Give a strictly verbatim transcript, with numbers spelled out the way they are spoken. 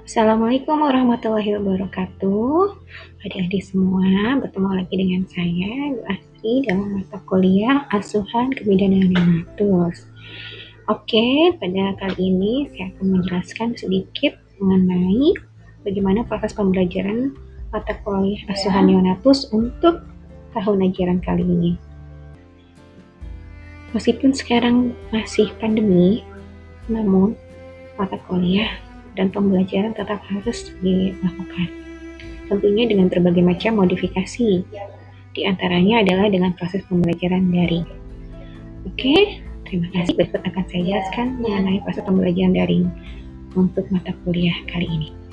Assalamualaikum warahmatullahi wabarakatuh. Adik-adik semua, bertemu lagi dengan saya, Bu Asri, dalam mata kuliah Asuhan Kebidanan Neonatus. Oke, pada kali ini saya akan menjelaskan sedikit mengenai bagaimana proses pembelajaran mata kuliah Asuhan Neonatus untuk tahun ajaran kali ini. Meskipun sekarang masih pandemi, namun mata kuliah dan pembelajaran tetap harus dilakukan. Tentunya dengan berbagai macam modifikasi. Di antaranya adalah dengan proses pembelajaran daring. Oke, terima kasih. Berikut akan saya jelaskan mengenai proses pembelajaran daring untuk mata kuliah kali ini.